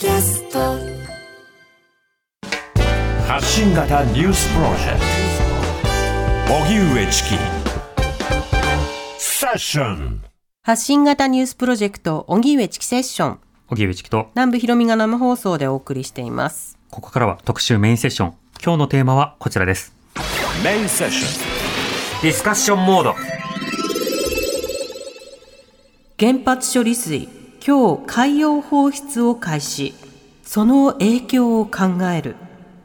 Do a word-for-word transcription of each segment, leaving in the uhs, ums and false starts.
キャスト発信型ニュースプロジェクト荻上チキセッション。 発信型ニュースプロジェクト荻上チキセッション、 荻上チキと南部ひろみが生放送でお送りしています。 ここからは特集メインセッション。今日のテーマはこちらです。 メインセッションディスカッションモード。 原発処理水、今日海洋放出を開始、その影響を考える。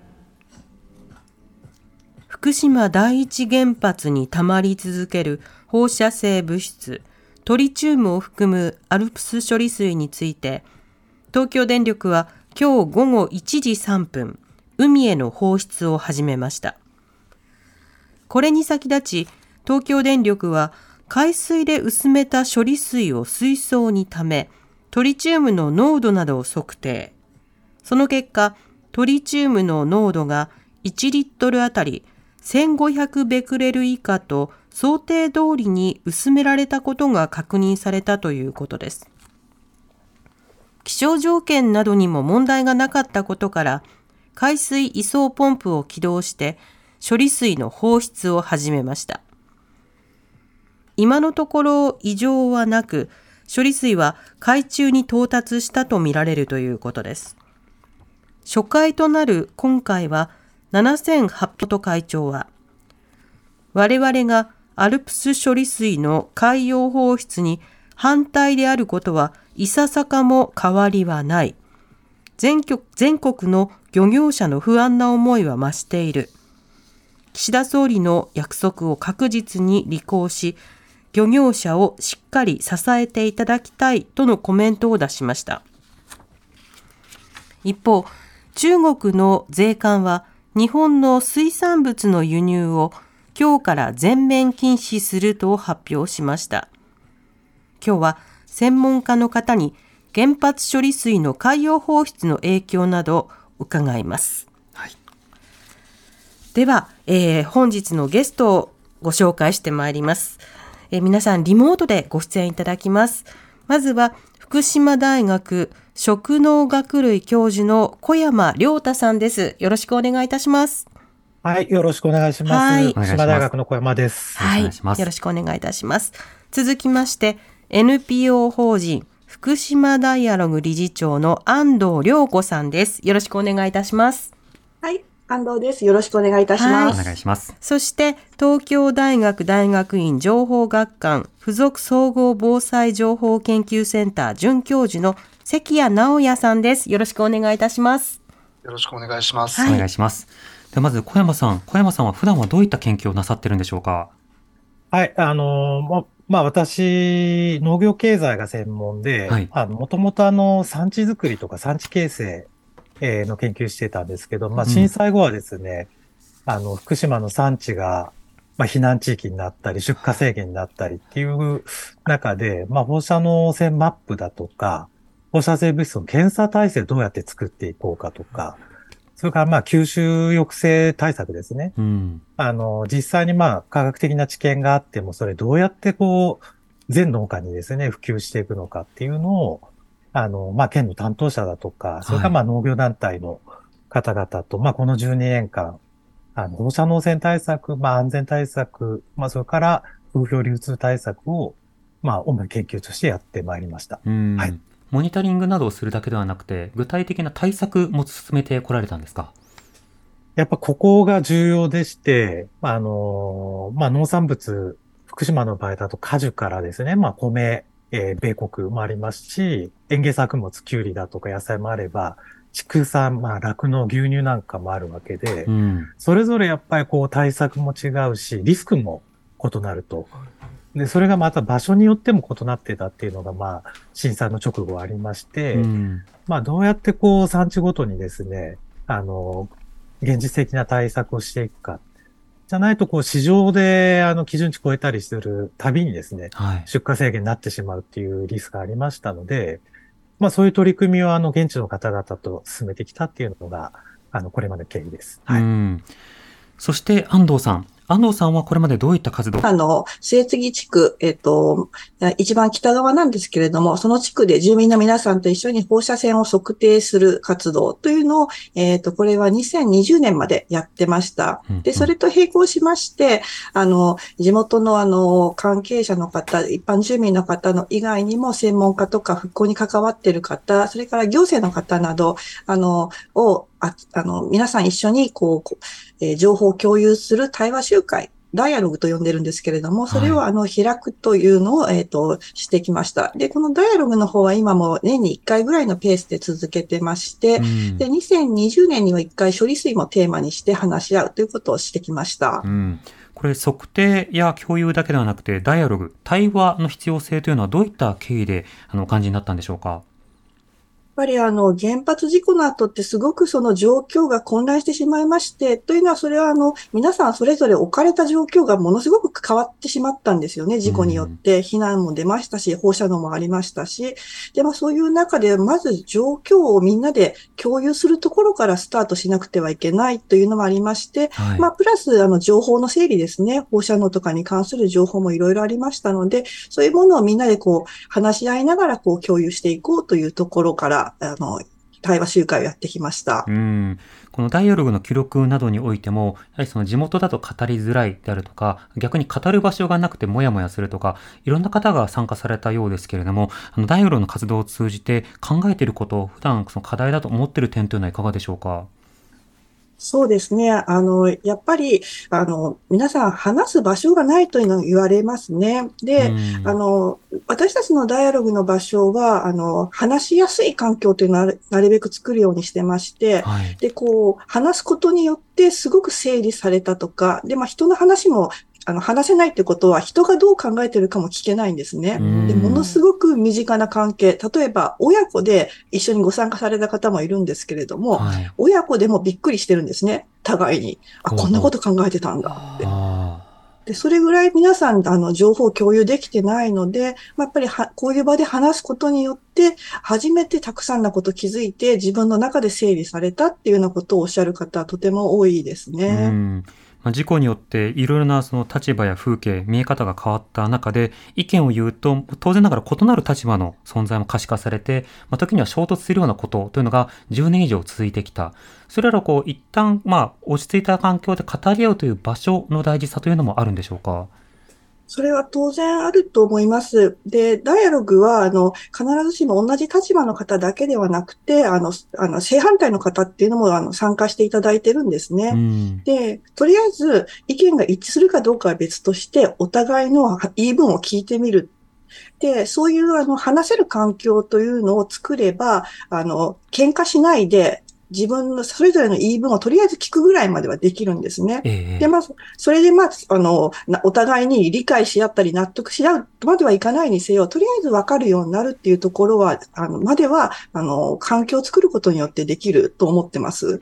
福島第一原発にたまり続ける放射性物質トリチウムを含むアルプス処理水について、東京電力は今日午後いちじさんぷん、海への放出を始めました。これに先立ち、東京電力は海水で薄めた処理水を水槽にため、トリチウムの濃度などを測定。その結果、トリチウムの濃度がいちリットルあたりせんごひゃくベクレル以下と想定通りに薄められたことが確認されたということです。気象条件などにも問題がなかったことから、海水移送ポンプを起動して処理水の放出を始めました。今のところ異常はなく、処理水は海中に到達したとみられるということです。初回となる今回は、ななせんはっぴゃく会長は、我々がアルプス処理水の海洋放出に反対であることはいささかも変わりはない。全国、全国の漁業者の不安な思いは増している。岸田総理の約束を確実に履行し、漁業者をしっかり支えていただきたいとのコメントを出しました。一方、中国の税関は日本の水産物の輸入を今日から全面禁止すると発表しました。今日は専門家の方に原発処理水の海洋放出の影響などを伺います。はい、では、えー、本日のゲストをご紹介してまいります。えー、皆さんリモートでご出演いただきます。まずは福島大学食農学類教授の小山亮太さんです。よろしくお願いいたします。 はい、よろしくお願いします。 はい、 福島大学の小山です。 はい、よろしくお願いいたします。続きまして エヌピーオー 法人福島ダイアログ理事長の安藤涼子さんです。よろしくお願いいたします。 はい、安藤です。よろしくお願いいたします。 はい、お願いします。 そして東京大学大学院情報学館附属総合防災情報研究センター准教授の関谷直也さんです。よろしくお願いいたします。 よろしくお願いします。 はい、お願いします。でまず小山さん、小山さんは普段はどういった研究をなさってるんでしょうか？ はい、あのー、まあ、私、農業経済が専門で、はい、あの、もともとあの、産地作りとか産地形成、えー、の研究してたんですけど、まあ、震災後はですね、うん、あの、福島の産地が、まあ、避難地域になったり、出荷制限になったりっていう中で、まあ、放射能汚染マップだとか、放射性物質の検査体制どうやって作っていこうかとか、それからまあ吸収抑制対策ですね。うん、あの、実際にまあ科学的な知見があっても、それどうやってこう、全農家にですね、普及していくのかっていうのを、あの、まあ県の担当者だとか、それからまあ農業団体の方々と、まあこのじゅうにねんかん、あの、放射能汚染対策、まあ安全対策、まあそれから風評流通対策を、まあ主に研究としてやってまいりました。 うんはい。モニタリングなどをするだけではなくて、具体的な対策も進めてこられたんですか？ やっぱここが重要でして、あの、まあ、農産物、福島の場合だと果樹からですね、まあ、米、えー、米穀もありますし、園芸作物、きゅうりだとか野菜もあれば、畜産、まあ、酪農、牛乳なんかもあるわけで、うん、それぞれやっぱりこう対策も違うし、リスクも異なると。で、それがまた場所によっても異なってたっていうのが、まあ、震災の直後ありまして、うん、まあ、どうやってこう、産地ごとにですね、あの、現実的な対策をしていくか。じゃないと、こう、市場で、あの、基準値超えたりするたびにですね、はい、出荷制限になってしまうっていうリスクがありましたので、まあ、そういう取り組みを、あの、現地の方々と進めてきたっていうのが、あの、これまでの経緯です。はい。 うん。そして、安藤さん。 安藤さんはこれまでどういった活動あの、末次地区、えっと、一番北側なんですけれども、その地区で住民の皆さんと一緒に放射線を測定する活動というのを、えっと、これはにせんにじゅうねんまでやってました。で、それと並行しまして、あの、地元のあの、関係者の方、一般住民の方の以外にも専門家とか復興に関わっている方、それから行政の方など、あの、を、ああの、皆さん一緒に、こう、えー、情報を共有する対話集会、ダイアログと呼んでるんですけれども、それをあの、開くというのを、えっと、してきました。で、このダイアログの方は今も年にいっかいぐらいのペースで続けてまして、うん、で、にせんにじゅうねんにはいっかい処理水もテーマにして話し合うということをしてきました。 うん、これ、測定や共有だけではなくて、ダイアログ、対話の必要性というのはどういった経緯で、あの、お感じになったんでしょうか？ やっぱりあの、原発事故の後ってすごくその状況が混乱してしまいまして、というのはそれはあの、皆さんそれぞれ置かれた状況がものすごく変わってしまったんですよね。事故によって避難も出ましたし、放射能もありましたし。で、まあそういう中でまず状況をみんなで共有するところからスタートしなくてはいけないというのもありまして、はい、まあプラスあの、情報の整理ですね。放射能とかに関する情報もいろいろありましたので、そういうものをみんなでこう、話し合いながらこう共有していこうというところから、あの、対話集会をやってきました。 うん。このダイアログの記録などにおいても、やはりその地元だと語りづらいであるとか、逆に語る場所がなくてモヤモヤするとか、いろんな方が参加されたようですけれども、あのダイアログの活動を通じて考えていること、普段その課題だと思っている点というのはいかがでしょうか？ そうですね。あの、やっぱり、あの、皆さん話す場所がないというのを言われますね。で、あの、私たちのダイアログの場所は、あの、話しやすい環境というのはなるべく作るようにしてまして、はい、で、こう、話すことによってすごく整理されたとか、で、まあ、人の話もあの、話せないってことは人がどう考えてるかも聞けないんですね。で、ものすごく身近な関係。例えば、親子で一緒にご参加された方もいるんですけれども、はい、親子でもびっくりしてるんですね。互いに。あ、こんなこと考えてたんだって。で、それぐらい皆さん、あの、情報を共有できてないので、まあ、やっぱりは、こういう場で話すことによって、初めてたくさんのこと気づいて、自分の中で整理されたっていうようなことをおっしゃる方はとても多いですね。 うんまあ、事故によっていろいろなその立場や風景、見え方が変わった中で意見を言うと当然ながら異なる立場の存在も可視化されて、まあ、時には衝突するようなことというのがじゅうねん以上続いてきた。それらをこう一旦まあ落ち着いた環境で語り合うという場所の大事さというのもあるんでしょうか？ それは当然あると思います。で、ダイアログは、あの、必ずしも同じ立場の方だけではなくて、あの、あの、正反対の方っていうのも、あの、参加していただいてるんですね。うん、で、とりあえず、意見が一致するかどうかは別として、お互いの言い分を聞いてみる。で、そういう、あの、話せる環境というのを作れば、あの、喧嘩しないで、自分のそれぞれの言い分をとりあえず聞くぐらいまではできるんですね。ええ、で、まあ、それでまあ、あの、お互いに理解し合ったり納得し合うまではいかないにせよ、とりあえず分かるようになるっていうところは、あの、までは、あの、環境を作ることによってできると思ってます。 うん。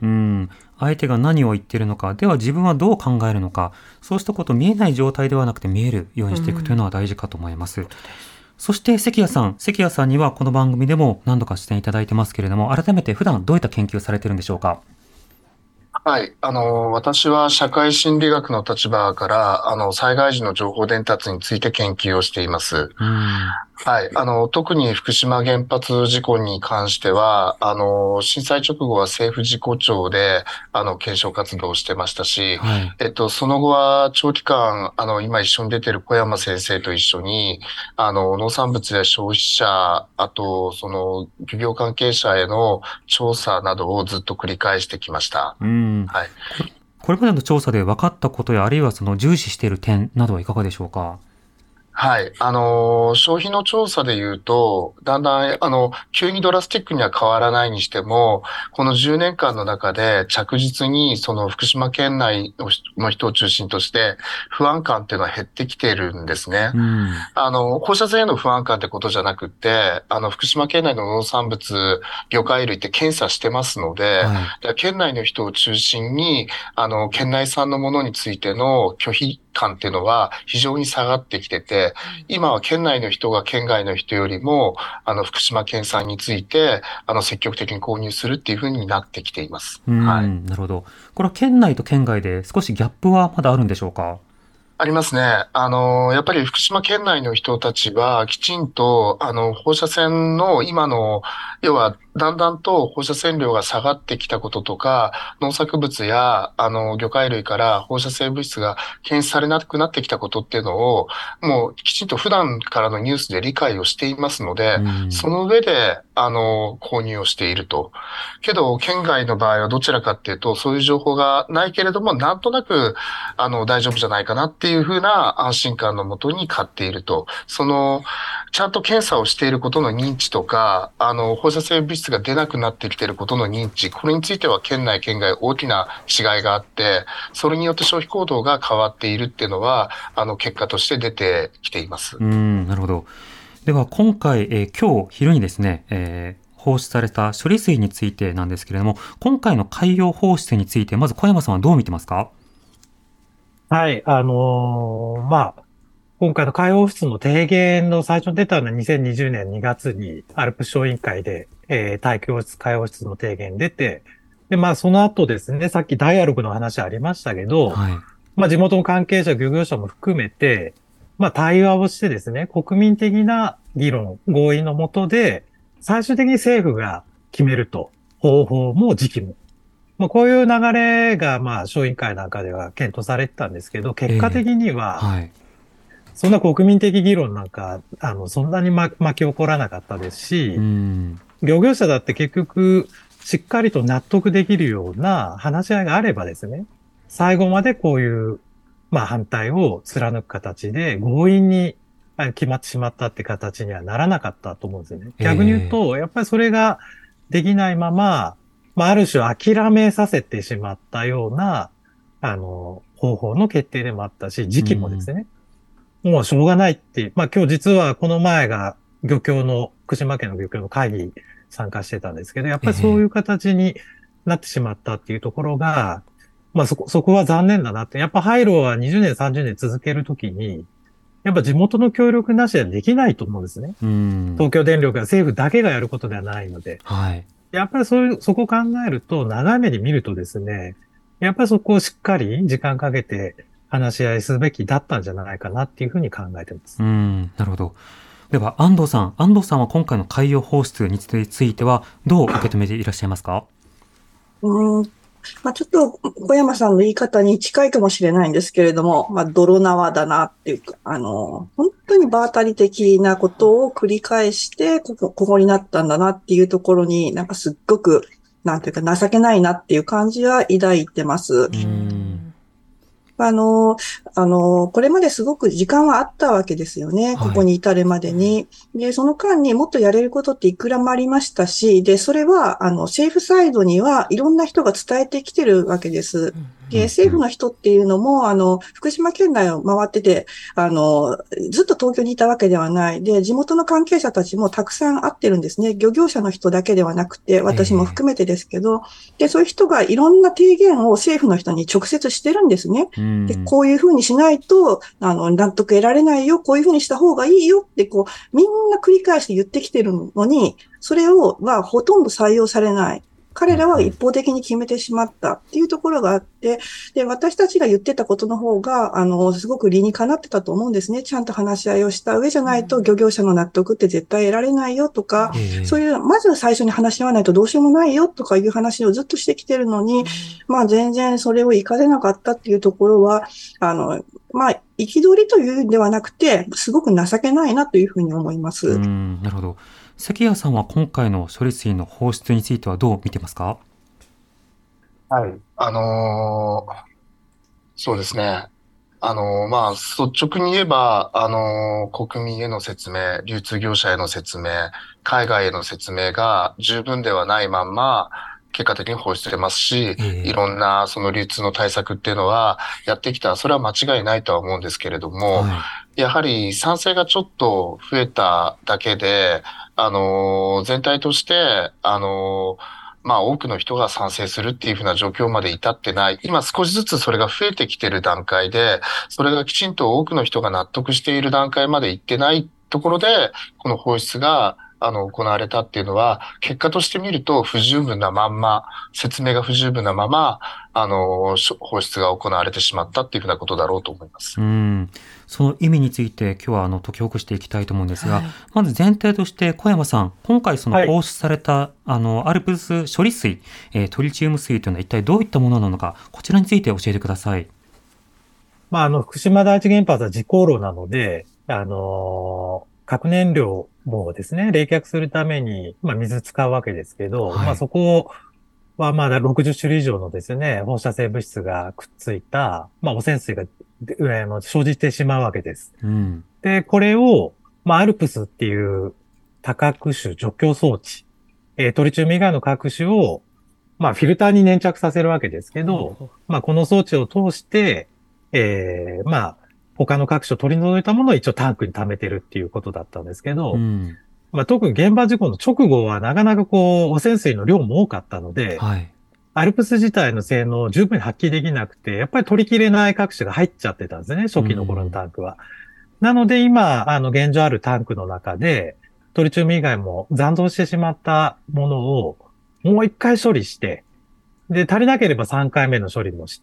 相手が何を言っているのか、では自分はどう考えるのか、そうしたこと見えない状態ではなくて見えるようにしていくというのは大事かと思います。うんそして関谷さん、関谷さんにはこの番組でも何度か出演いただいてますけれども、改めて普段どういった研究をされているんでしょうか？ はい。あの、私は社会心理学の立場から、あの、災害時の情報伝達について研究をしています。うんはい。あの、特に福島原発事故に関しては、あの、震災直後は政府事故庁で、あの、検証活動をしてましたし、はい、えっと、その後は長期間、あの、今一緒に出てる小山先生と一緒に、あの、農産物や消費者、あと、その、漁業関係者への調査などをずっと繰り返してきました。うんはい。 これまでの調査で分かったことや、あるいはその重視している点などはいかがでしょうか？ はい。あの、消費の調査で言うと、だんだん、あの、急にドラスティックには変わらないにしても、このじゅうねんかんの中で着実に、その福島県内の人を中心として、不安感っていうのは減ってきているんですね。うん、あの、放射線への不安感ってことじゃなくて、あの、福島県内の農産物、魚介類って検査してますので、はい、県内の人を中心に、あの、県内産のものについての拒否感っていうのは非常に下がってきてて、今は県内の人が県外の人よりも、あの、福島県産について、あの、積極的に購入するっていうふうになってきています。 うん、 はい。 なるほど。これは県内と県外で少しギャップはまだあるんでしょうか？ ありますね。あの、やっぱり福島県内の人たちは、きちんと、あの、放射線の今の、要は、だんだんと放射線量が下がってきたこととか、農作物や、あの、魚介類から放射性物質が検出されなくなってきたことっていうのを、もうきちんと普段からのニュースで理解をしていますので、 うん、 その上で、あの、購入をしていると。けど、県外の場合はどちらかっていうと、そういう情報がないけれども、なんとなく、あの、大丈夫じゃないかなっていうふうな安心感のもとに買っていると。その、ちゃんと検査をしていることの認知とか、あの、放射性物質が出なくなってきていることの認知、これについては県内、県外大きな違いがあって、それによって消費行動が変わっているっていうのは、あの、結果として出てきています。 うん、なるほど。では、今回、えー、今日昼にですね、えー放出された処理水についてなんですけれども、今回の海洋放出について、まず小山さんはどう見てますか？ はい、あのー、まあ、今回の海洋放出の提言の最初に出たのはにせんにじゅうねんにがつにアルプス小委員会で、えー、大気放出、海洋放出の提言出て、で、まあその後ですね、さっきダイアログの話ありましたけど、はい、まあ地元の関係者、漁業者も含めて、まあ対話をしてですね、国民的な議論、合意のもとで、最終的に政府が決めると。方法も時期も。まあこういう流れが、まあ小委員会なんかでは検討されてたんですけど、結果的には、えーはいそんな国民的議論なんか、あの、そんなに巻き起こらなかったですし、うん、漁業者だって結局、しっかりと納得できるような話し合いがあればですね、最後までこういう、まあ反対を貫く形で強引に決まってしまったって形にはならなかったと思うんですよね。逆に言うと、やっぱりそれができないまま、まあある種諦めさせてしまったような、あの、方法の決定でもあったし、時期もですね、うんもうしょうがないって、まあ今日実はこの前が漁協の、福島県の漁協の会議参加してたんですけど、やっぱりそういう形になってしまったっていうところが、えー、まあそこ、そこは残念だなって。やっぱ廃炉はにじゅうねん、さんじゅうねん続けるときに、やっぱ地元の協力なしではできないと思うんですね。うん東京電力や政府だけがやることではないので。はい。やっぱりそういう、そこを考えると、長い目に見るとですね、やっぱりそこをしっかり時間かけて、話し合いすべきだったんじゃないかなっていうふうに考えています。 うん、なるほど。では安藤さん、安藤さんは今回の海洋放出についてはどう受け止めていらっしゃいますか？ うん、まあ、ちょっと小山さんの言い方に近いかもしれないんですけれども、まあ、泥縄だなっていうか、あの、本当に場当たり的なことを繰り返して、ここ、ここになったんだなっていうところになんかすっごく、なんていうか情けないなっていう感じは抱いてます。うんあの、あの、これまですごく時間はあったわけですよね。ここに至るまでに。はい、で、その間にもっとやれることっていくらもありましたし、で、それは、あの、政府サイドにはいろんな人が伝えてきてるわけです。で、政府の人っていうのも、あの、福島県内を回ってて、あの、ずっと東京にいたわけではない。で、地元の関係者たちもたくさん会ってるんですね。漁業者の人だけではなくて、私も含めてですけど、で、そういう人がいろんな提言を政府の人に直接してるんですね。でこういうふうにしないと、あの、納得得られないよ。こういうふうにした方がいいよって、こう、みんな繰り返して言ってきてるのに、それを、はほとんど採用されない。彼らは一方的に決めてしまったっていうところがあって、で、私たちが言ってたことの方が、あの、すごく理にかなってたと思うんですね。ちゃんと話し合いをした上じゃないと、漁業者の納得って絶対得られないよとか、そういう、まず最初に話し合わないとどうしようもないよとかいう話をずっとしてきてるのに、まあ全然それを活かせなかったっていうところは、あの、まあ、憤りというんではなくて、すごく情けないなというふうに思います。 うん、なるほど。関谷さんは今回の処理水の放出についてはどう見てますか？ はい。あのー、そうですね。あのー、まあ、率直に言えば、あのー、国民への説明、流通業者への説明、海外への説明が十分ではないまんま、結果的に放出してますし、えー、いろんなその流通の対策っていうのはやってきた。それは間違いないとは思うんですけれども、はい、やはり賛成がちょっと増えただけで、あのー、全体として、あのー、 まあ多くの人が賛成するっていうふうな状況まで至ってない。今少しずつそれが増えてきている段階で、それがきちんと多くの人が納得している段階まで行ってないところで、この放出があの、行われたっていうのは、結果として見ると不十分なまんま、説明が不十分なまま、あの、放出が行われてしまったっていうふうなことだろうと思います。 うん。その意味について今日はあの解きほぐしていきたいと思うんですが、はい、まず前提として小山さん、今回その放出された、はい、あの、アルプス処理水、えー、トリチウム水というのは一体どういったものなのか、こちらについて教えてください。 まあ、あの、福島第一原発は事故炉なので、あのー、核燃料もですね、冷却するために、まあ、水使うわけですけど、はい、まあ、そこはまだろくじゅっしゅるい以上のですね、放射性物質がくっついた、まあ、汚染水が、あの、生じてしまうわけです。うん、で、これを、まあ、アルプスっていう多核種除去装置、えー、トリチウム以外の核種を、まあ、フィルターに粘着させるわけですけど、うん、まあ、この装置を通して、えー、まあ、他の各種を取り除いたものを一応タンクに溜めてるっていうことだったんですけど、うん、まあ、特に現場事故の直後はなかなかこう、汚染水の量も多かったので、はい、アルプス自体の性能を十分に発揮できなくて、やっぱり取りきれない各種が入っちゃってたんですね、初期の頃のタンクは。うん、なので今、あの、現状あるタンクの中で、トリチウム以外も残存してしまったものをもう一回処理して、で、足りなければさんかいめの処理もして、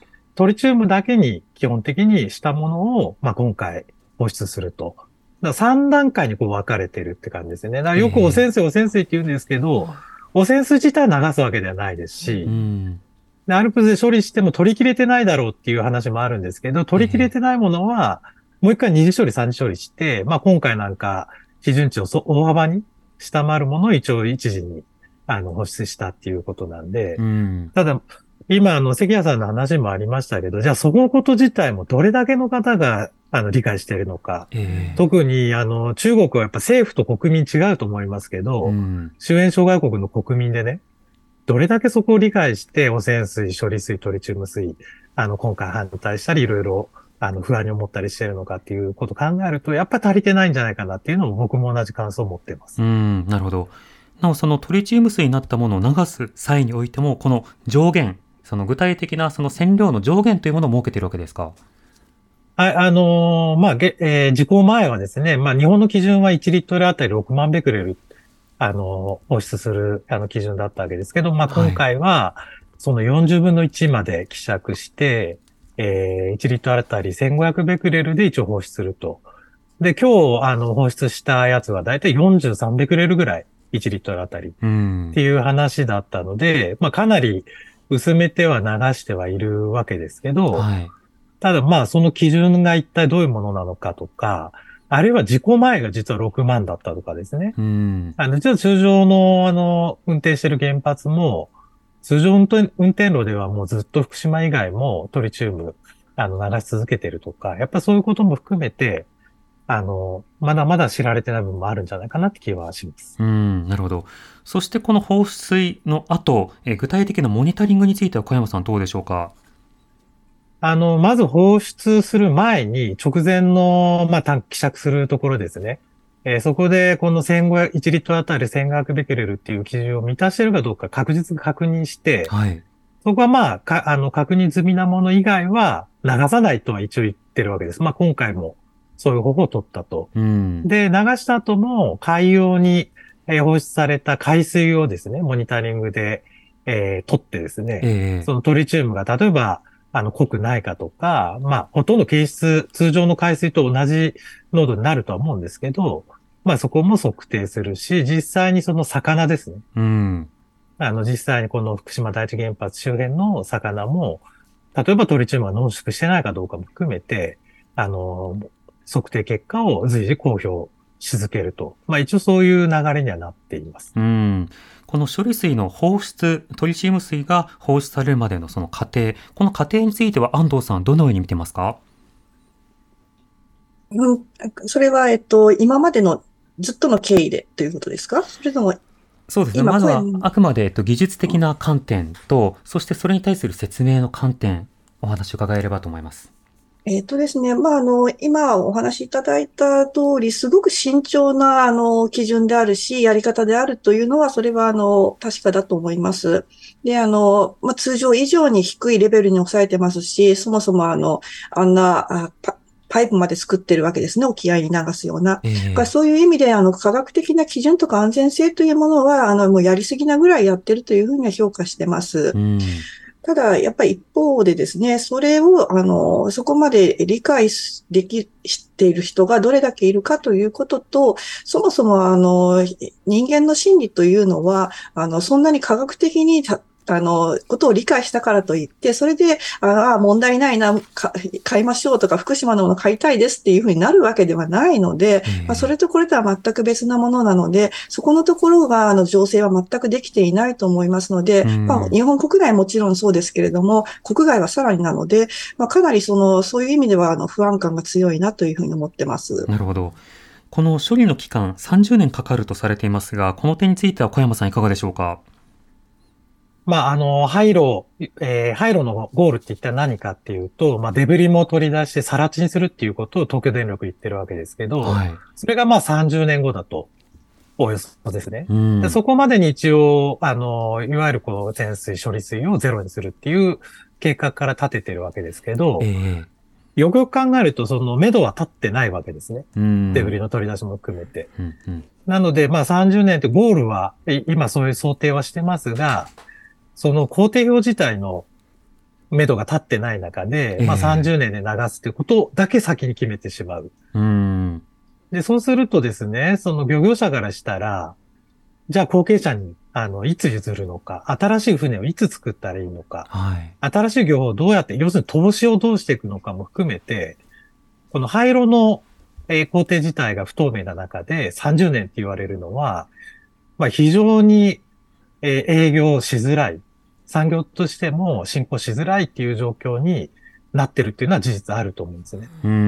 トリチウムだけに基本的にしたものを、まあ、今回放出すると。だからさんだんかいにこう分かれてるって感じですよね。だからよく汚染水汚染水って言うんですけど、汚染水自体流すわけではないですし、うん、でアルプスで処理しても取り切れてないだろうっていう話もあるんですけど、取り切れてないものは、もう一回二次処理三次処理して、まあ今回なんか基準値を大幅に下回るものを一応一時にあの放出したっていうことなんで、うん、ただ、今、あの、関谷さんの話もありましたけど、じゃあそのこと自体もどれだけの方が、あの、理解しているのか。えー、特に、あの、中国はやっぱ政府と国民違うと思いますけど、うん、周辺障害国の国民でね、どれだけそこを理解して、汚染水、処理水、トリチウム水、あの、今回反対したり、いろいろ、あの、不安に思ったりしているのかっていうことを考えると、やっぱり足りてないんじゃないかなっていうのも僕も同じ感想を持っています。 うん、なるほど。なお、そのトリチウム水になったものを流す際においても、この上限、その具体的なその線量の上限というものを設けているわけですか？ はい、あのー、まあ、えー、事故前はですね、まあ、日本の基準はいちリットルあたりろくまんベクレル、あのー、放出する、あの、基準だったわけですけど、まあ、今回は、そのよんじゅうぶんのいちまで希釈して、えー、いちリットルあたりせんごひゃくベクレルで一応放出すると。で、今日、あの、放出したやつはだいたいよんじゅうさんベクレルぐらい、いちリットルあたり。っていう話だったので、まあ、かなり、薄めては流してはいるわけですけど、はい、ただまあその基準が一体どういうものなのかとか、あるいは事故前が実はろくまんだったとかですね。うん、あの実は通常のあの運転してる原発も、通常運転、運転路ではもうずっと福島以外もトリチウムあの流し続けてるとか、やっぱそういうことも含めて、あの、まだまだ知られてない部分もあるんじゃないかなって気はします。 うん、なるほど。そしてこの放水の後、え具体的なモニタリングについては小山さんどうでしょうか？ あの、まず放出する前に直前の、まあ、タンク希釈するところですね。えー、そこでこのせんごひゃく、いちリットルあたりせんごひゃくベクレルっていう基準を満たしているかどうか確実に確認して、はい、そこはまあ、か、あの、確認済みなもの以外は流さないとは一応言ってるわけです。まあ、今回もそういう方法を取ったと。うん、で、流した後も海洋に放出された海水をですね、モニタリングで、えー、取ってですね、えー、そのトリチウムが例えば、あの、濃くないかとか、まあ、ほとんど検出、通常の海水と同じ濃度になるとは思うんですけど、まあ、そこも測定するし、実際にその魚ですね。うん。あの、実際にこの福島第一原発周辺の魚も、例えばトリチウムが濃縮してないかどうかも含めて、あの、測定結果を随時公表し続けると。まあ一応そういう流れにはなっています。 うん。この処理水の放出、トリチウム水が放出されるまでのその過程、この過程については安藤さんどのように見てますか？ うん、それは、えっと、今までのずっとの経緯でということですか？それとも、 そうですね。まずはあくまで、えっと、技術的な観点と、そしてそれに対する説明の観点、お話を伺えればと思います。 えっとですね。まあ、あの、今お話しいただいた通り、すごく慎重な、あの、基準であるし、やり方であるというのは、それは、あの、確かだと思います。で、あの、まあ、通常以上に低いレベルに抑えてますし、そもそも、あの、あんな、あパパイプまで作ってるわけですね。沖合に流すような。 ええ、 だからそういう意味で、あの、科学的な基準とか安全性というものは、あの、もうやりすぎなぐらいやってるというふうには評価してます。 うん、 ただ、やっぱり一方でですね、それを、あの、そこまで理解でき、している人がどれだけいるかということと、そもそも、あの、人間の心理というのは、あの、そんなに科学的にあの、ことを理解したからといって、それで、ああ、問題ないな、買いましょうとか、福島のもの買いたいですっていうふうになるわけではないので、 ええ、 まあ、それとこれとは全く別なものなので、そこのところが、あの、情勢は全くできていないと思いますので、 うん、 まあ、日本国内もちろんそうですけれども、国外はさらになので、まあ、かなりその、そういう意味では、あの、不安感が強いなというふうに思ってます。 なるほど。この処理の期間さんじゅうねんかかるとされていますが、この点については小山さんいかがでしょうか？ まあ、あの、廃炉、えー、廃炉のゴールって一体何かっていうと、まあ、デブリも取り出して更地にするっていうことを東京電力言ってるわけですけど、 はい。 それがまあさんじゅうねんごだと、およそですね。 うん。 でそこまでに一応、あの、いわゆるこう、全水処理水をゼロにするっていう計画から立ててるわけですけど、 ええ、 よくよく考えると、その、目処は立ってないわけですね。 うん。 デブリの取り出しも含めて。 うんうん、 なので、まあさんじゅうねんってゴールは、今そういう想定はしてますが、その工程表自体の目処が立ってない中で、 ええ、 まあさんじゅうねんで流すってことだけ先に決めてしまう。 うん。 で、そうするとですね、その漁業者からしたら、じゃあ後継者に、あの、いつ譲るのか、新しい船をいつ作ったらいいのか、 はい。 新しい漁法をどうやって、要するに投資をどうしていくのかも含めて、この廃炉の、えー工程自体が不透明な中でさんじゅうねんって言われるのは、まあ非常に、えー営業しづらい、産業としても進行しづらいっていう状況になってるっていうのは事実あると思うんですね。 うん。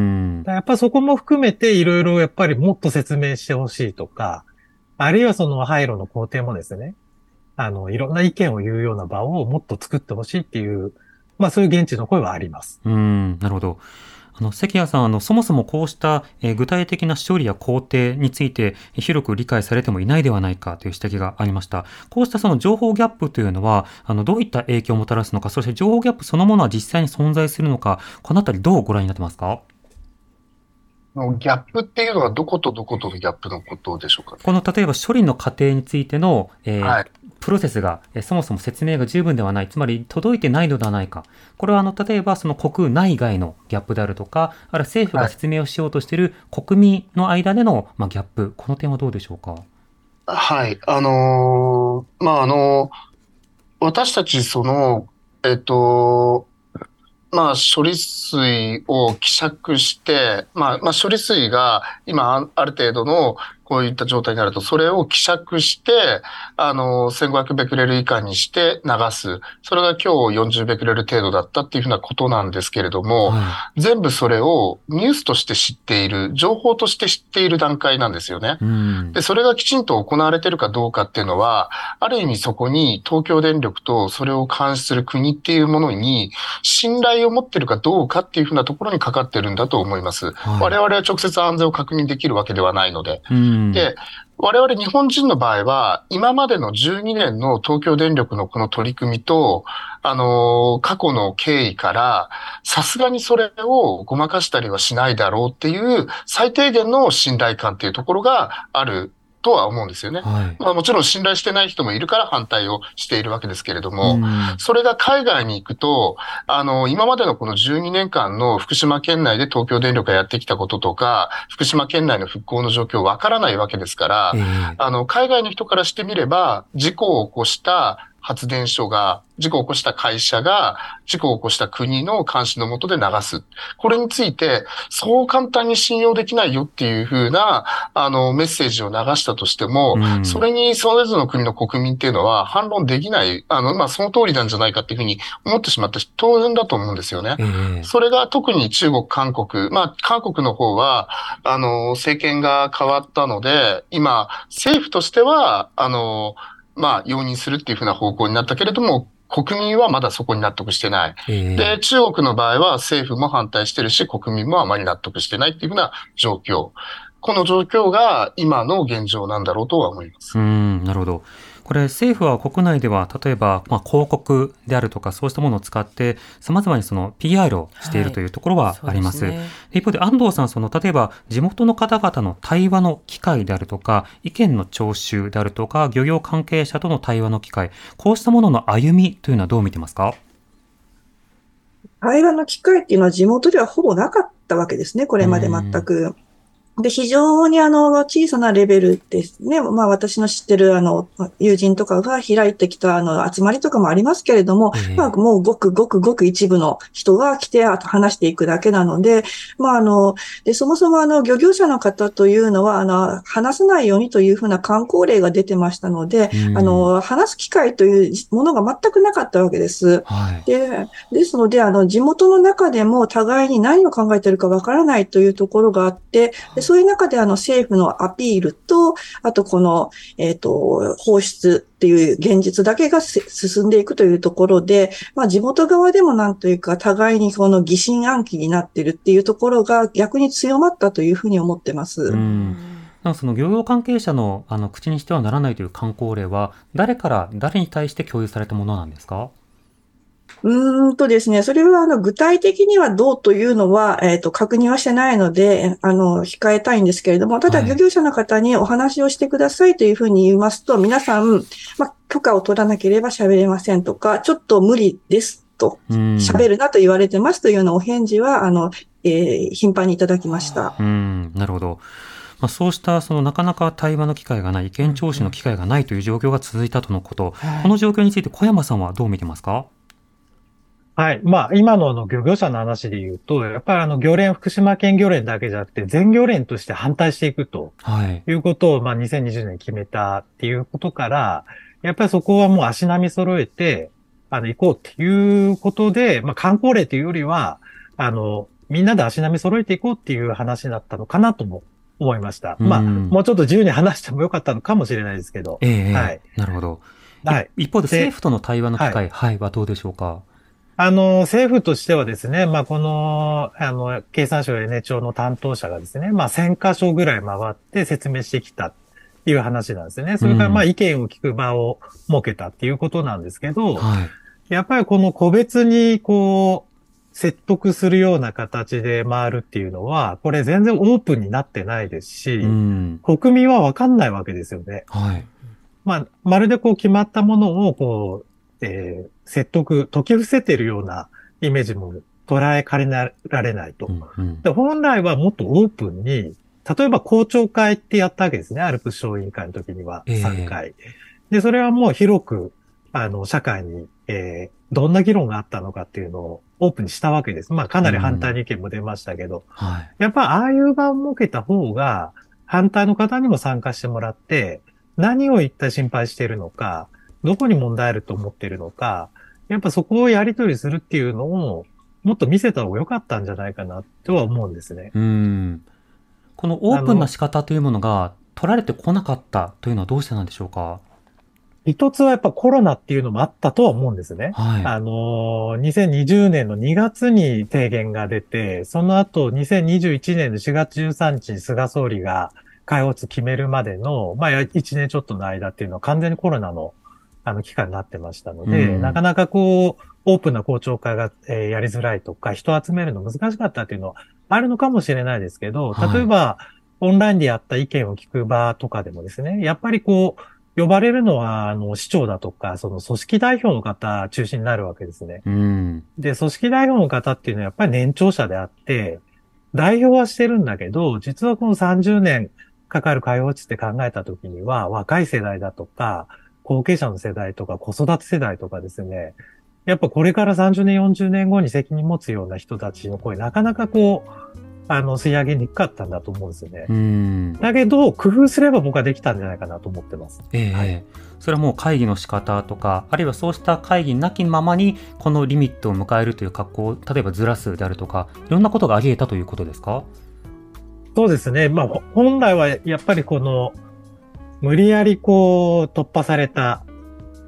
だからやっぱそこも含めていろいろやっぱりもっと説明してほしいとか、あるいはその廃炉の工程もですね、あの、いろんな意見を言うような場をもっと作ってほしいっていう、まあそういう現地の声はあります。 うん。なるほど。あの関谷さん、あのそもそもこうした、えー具体的な処理や工程について広く理解されてもいないではないかという指摘がありました。こうしたその情報ギャップというのは、あのどういった影響をもたらすのか、そして情報ギャップそのものは実際に存在するのか、このあたりどうご覧になってますか？ ギャップっていうのはどことどことのギャップのことでしょうかね。 この例えば処理の過程についての、えーはい。 プロセスが、えーそもそも説明が十分ではない、つまり届いてないのではないか。これはあの例えばその国内外のギャップであるとか、あるいは政府がはい。 説明をしようとしている国民の間での、まあ、ギャップ、この点はどうでしょうか？ はい。あのーまあ、あの私たち、その、えっと、まあ、処理水を希釈して、まあ、まあ、処理水が今、あある程度のこういった状態になると、それを希釈して、あの、せんごひゃくベクレル以下にして流す。それが今日よんじゅうベクレル程度だったっていうふうなことなんですけれども、 は全部それをニュースとして知っている、情報として知っている段階なんですよね。 い。うん。 で、それがきちんと行われているかどうかっていうのは、ある意味そこに東京電力とそれを監視する国っていうものに信頼を持っているかどうかっていうふうなところにかかってるんだと思います。 はい。 我々は直接安全を確認できるわけではないので。 うん。 で、我々日本人の場合は、今までのじゅうにねんの東京電力のこの取り組みと、あのー過去の経緯から、さすがにそれをごまかしたりはしないだろうっていう最低限の信頼感っていうところがあるとは思うんですよね。 はい。 まあもちろん信頼してない人もいるから反対をしているわけですけれどうも、 ん。 それが海外に行くと、あの、今までのこのじゅうにねんかんの福島県内で東京電力がやってきたこととか、福島県内の復興の状況わからないわけですかえら、 え。 あの、海外の人からしてみれば、事故を起こした発電所が、事故を起こした会社が、事故を起こした国の監視の下で流す。これについて、そう簡単に信用できないよっていうふうな、あの、メッセージを流したとしても、 うん。 それにそれぞれの国の国民っていうのは反論できない、あの、まあ、その通りなんじゃないかっていうふうに思ってしまって当然だと思うんですよね。 ええ。 それが特に中国、韓国、まあ、韓国の方は、あの、政権が変わったので、今、政府としては、あの、まあ、容認するっていうふうな方向になったけれども、 国民はまだそこに納得してない。 えー、 で、中国の場合は政府も反対してるし、国民もあまり納得してないっていうふうな状況。この状況が今の現状なんだろうとは思います。 うん、なるほど。これ政府は国内では例えば、まあ、広告であるとかそうしたものを使って様々にその ピーアール をしているというところはあります。はい、そうですね。一方で安藤さん、その例えば地元の方々の対話の機会であるとか意見の聴取であるとか漁業関係者との対話の機会、こうしたものの歩みというのはどう見てますか？ 対話の機会っていうのは地元ではほぼなかったわけですね、これまで全く。で、非常にあの、小さなレベルですね。まあ私の知ってるあの、友人とかが開いてきたあの、集まりとかもありますけれども、えー、まあもうごくごくごく一部の人が来て話していくだけなので、まああの、で、そもそもあの、漁業者の方というのは、あの、話さないようにというふうな慣行令が出てましたので、あの、話す機会というものが全くなかったわけです。はい、で、ですので、あの、地元の中でも互いに何を考えているかわからないというところがあって、でそういう中であの政府のアピールと、あとこの、えっと、放出っていう現実だけが進んでいくというところで、まあ地元側でもなんというか互いにこの疑心暗鬼になっているっていうところが逆に強まったというふうに思ってます。うん、 なんかその漁業関係者のあの口にしてはならないという慣行令は誰から誰に対して共有されたものなんですか？ うーんとですね、それはあの具体的にはどうというのは、えっと、確認はしてないので、あの、控えたいんですけれども、ただ漁業者の方にお話をしてくださいというふうに言いますと、皆さん、まあ、許可を取らなければ喋れませんとか、ちょっと無理ですと、喋るなと言われてますというようなお返事は、あの、えー、頻繁にいただきました。 うん、なるほど。まあ、そうしたそのなかなか対話の機会がない、意見聴取の機会がないという状況が続いたとのこと、はい、この状況について小山さんはどう見てますか？ はい。まあ、今のあの漁業者の話で言うと、やっぱりあの漁連、福島県漁連だけじゃなくて、全漁連として反対していくということを、まあ、にせんにじゅうねんに決めたっていうことから、やっぱりそこはもう足並み揃えて、あの、行こうっていうことで、まあ、慣行令というよりは、あの、みんなで足並み揃えていこうっていう話だったのかなとも思いました。まあ、もうちょっと自由に話してもよかったのかもしれないですけど。 ええ、 はい。 なるほど。はい。一方で政府との対話の機会、はい、はい、はどうでしょうか？ あの、政府としてはですね、まあ、この、あの、経産省エネ庁の担当者がですね、まあ、せんカ所ぐらい回って説明してきたっていう話なんですね。それから、まあ、意見を聞く場を設けたっていうことなんですけど、はい、やっぱりこの個別に、こう、説得するような形で回るっていうのは、これ全然オープンになってないですし、うん、国民はわかんないわけですよね。はい。まあ、まるでこう決まったものを、こう、えー、説得、解き伏せているようなイメージも捉えかねられないと。うんうん、で本来はもっとオープンに、例えば公聴会ってやったわけですね。アルプス小委員会の時にはさんかい。えー、で、それはもう広く、あの、社会に、えー、どんな議論があったのかっていうのをオープンにしたわけです。まあ、かなり反対の意見も出ましたけど、うんはい、やっぱああいう場を設けた方が、反対の方にも参加してもらって、何を一体心配しているのか、どこに問題あると思っているのか、やっぱそこをやり取りするっていうのをもっと見せた方が良かったんじゃないかなとは思うんですね。 うん。このオープンな仕方というものが取られてこなかったというのはどうしてなんでしょうか？ 一つはやっぱコロナっていうのもあったとは思うんですね。はい、あの、にせんにじゅうねんのにがつに提言が出て、その後にせんにじゅういちねんのしがつじゅうさんにちに菅総理が開放決めるまでの、まあいちねんちょっとの間っていうのは完全にコロナのあの期間になってましたので、うん、なかなかこう、オープンな公聴会が、えー、やりづらいとか、人を集めるの難しかったっていうのはあるのかもしれないですけど、例えば、はい、オンラインでやった意見を聞く場とかでもですね、やっぱりこう、呼ばれるのは、あの、市長だとか、その組織代表の方中心になるわけですね。うん、で、組織代表の方っていうのはやっぱり年長者であって、代表はしてるんだけど、実はこのさんじゅうねんかかる開放地って考えたときには、若い世代だとか、後継者の世代とか子育て世代とかですね、やっぱこれからさんじゅうねん、よんじゅうねんごに責任持つような人たちの声、なかなかこう、あの、吸い上げにくかったんだと思うんですよね。うん。だけど、工夫すれば僕はできたんじゃないかなと思ってます。 ええーはい。それはもう会議の仕方とか、あるいはそうした会議なきままに、このリミットを迎えるという格好を、例えばずらすであるとか、いろんなことがあり得たということですか？ そうですね。まあ、本来はやっぱりこの、無理やりこう、突破された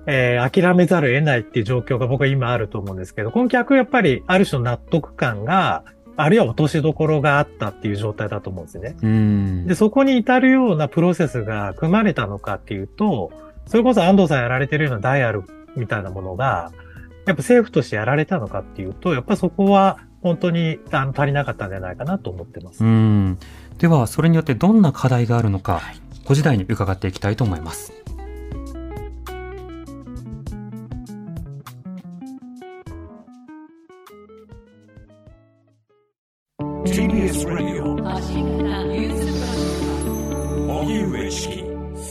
えー、諦めざるを得ないっていう状況が僕は今あると思うんですけど、この逆やっぱりある種の納得感が、あるいは落としどころがあったっていう状態だと思うんですね。 うんで、そこに至るようなプロセスが組まれたのかっていうと、それこそ安藤さんやられてるようなダイヤルみたいなものが、やっぱ政府としてやられたのかっていうと、やっぱそこは本当にあの足りなかったんじゃないかなと思ってます。 うんでは、それによってどんな課題があるのか、ご時台に伺っていきたいと思います。 ティービーエス Radio 荻上チキ、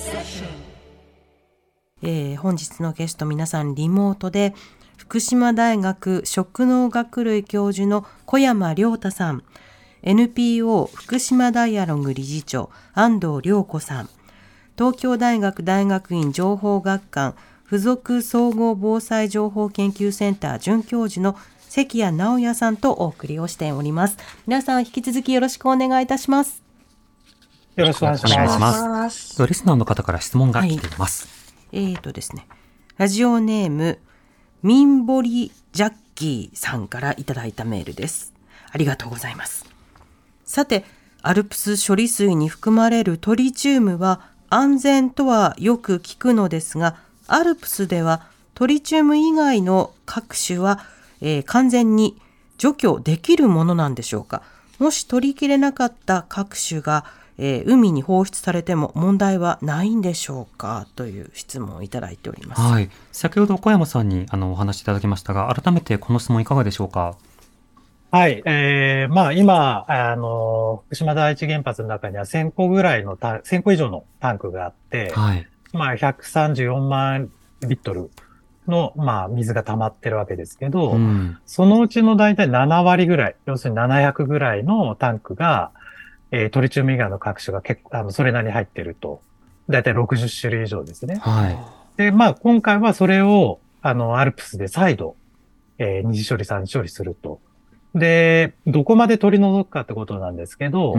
えー、本日のゲスト皆さんリモートで福島大学食農学類教授の小山亮太さん、 エヌピーオー 福島ダイアログ理事長安藤亮子さん、東京大学大学院情報学館附属総合防災情報研究センター准教授の関谷直也さんとお送りをしております。皆さん引き続きよろしくお願いいたします。 よろしくお願いします。 リスナーの方から質問が来ています。 はい、えーとですね、ラジオネームミンボリジャッキーさんからいただいたメールです。ありがとうございます。さて、アルプス処理水に含まれるトリチウムは安全とはよく聞くのですが、アルプスではトリチウム以外の各種は、えー、完全に除去できるものなんでしょうか。もし取りきれなかった各種が、えー、海に放出されても問題はないんでしょうか、という質問をいただいております。 はい、先ほど小山さんにあのお話しいただきましたが、改めてこの質問いかがでしょうか。 はい、えー、まあ今、あの、福島第一原発の中にはせんこぐらいのタン、せんこ以上のタンクがあって、 はい、 まあひゃくさんじゅうよんまんリットルの、まあ水が溜まってるわけですけど、うん、そのうちの大体ななわりぐらい、要するにななひゃくぐらいのタンクが、えー、トリチウム以外の各種が結構、あの、それなりに入ってると。大体ろくじゅっしゅるい以上ですね。 はい。 で、まあ今回はそれを、あの、アルプスで再度、えー、二次処理三次処理すると。で、どこまで取り除くかってことなんですけど、うん、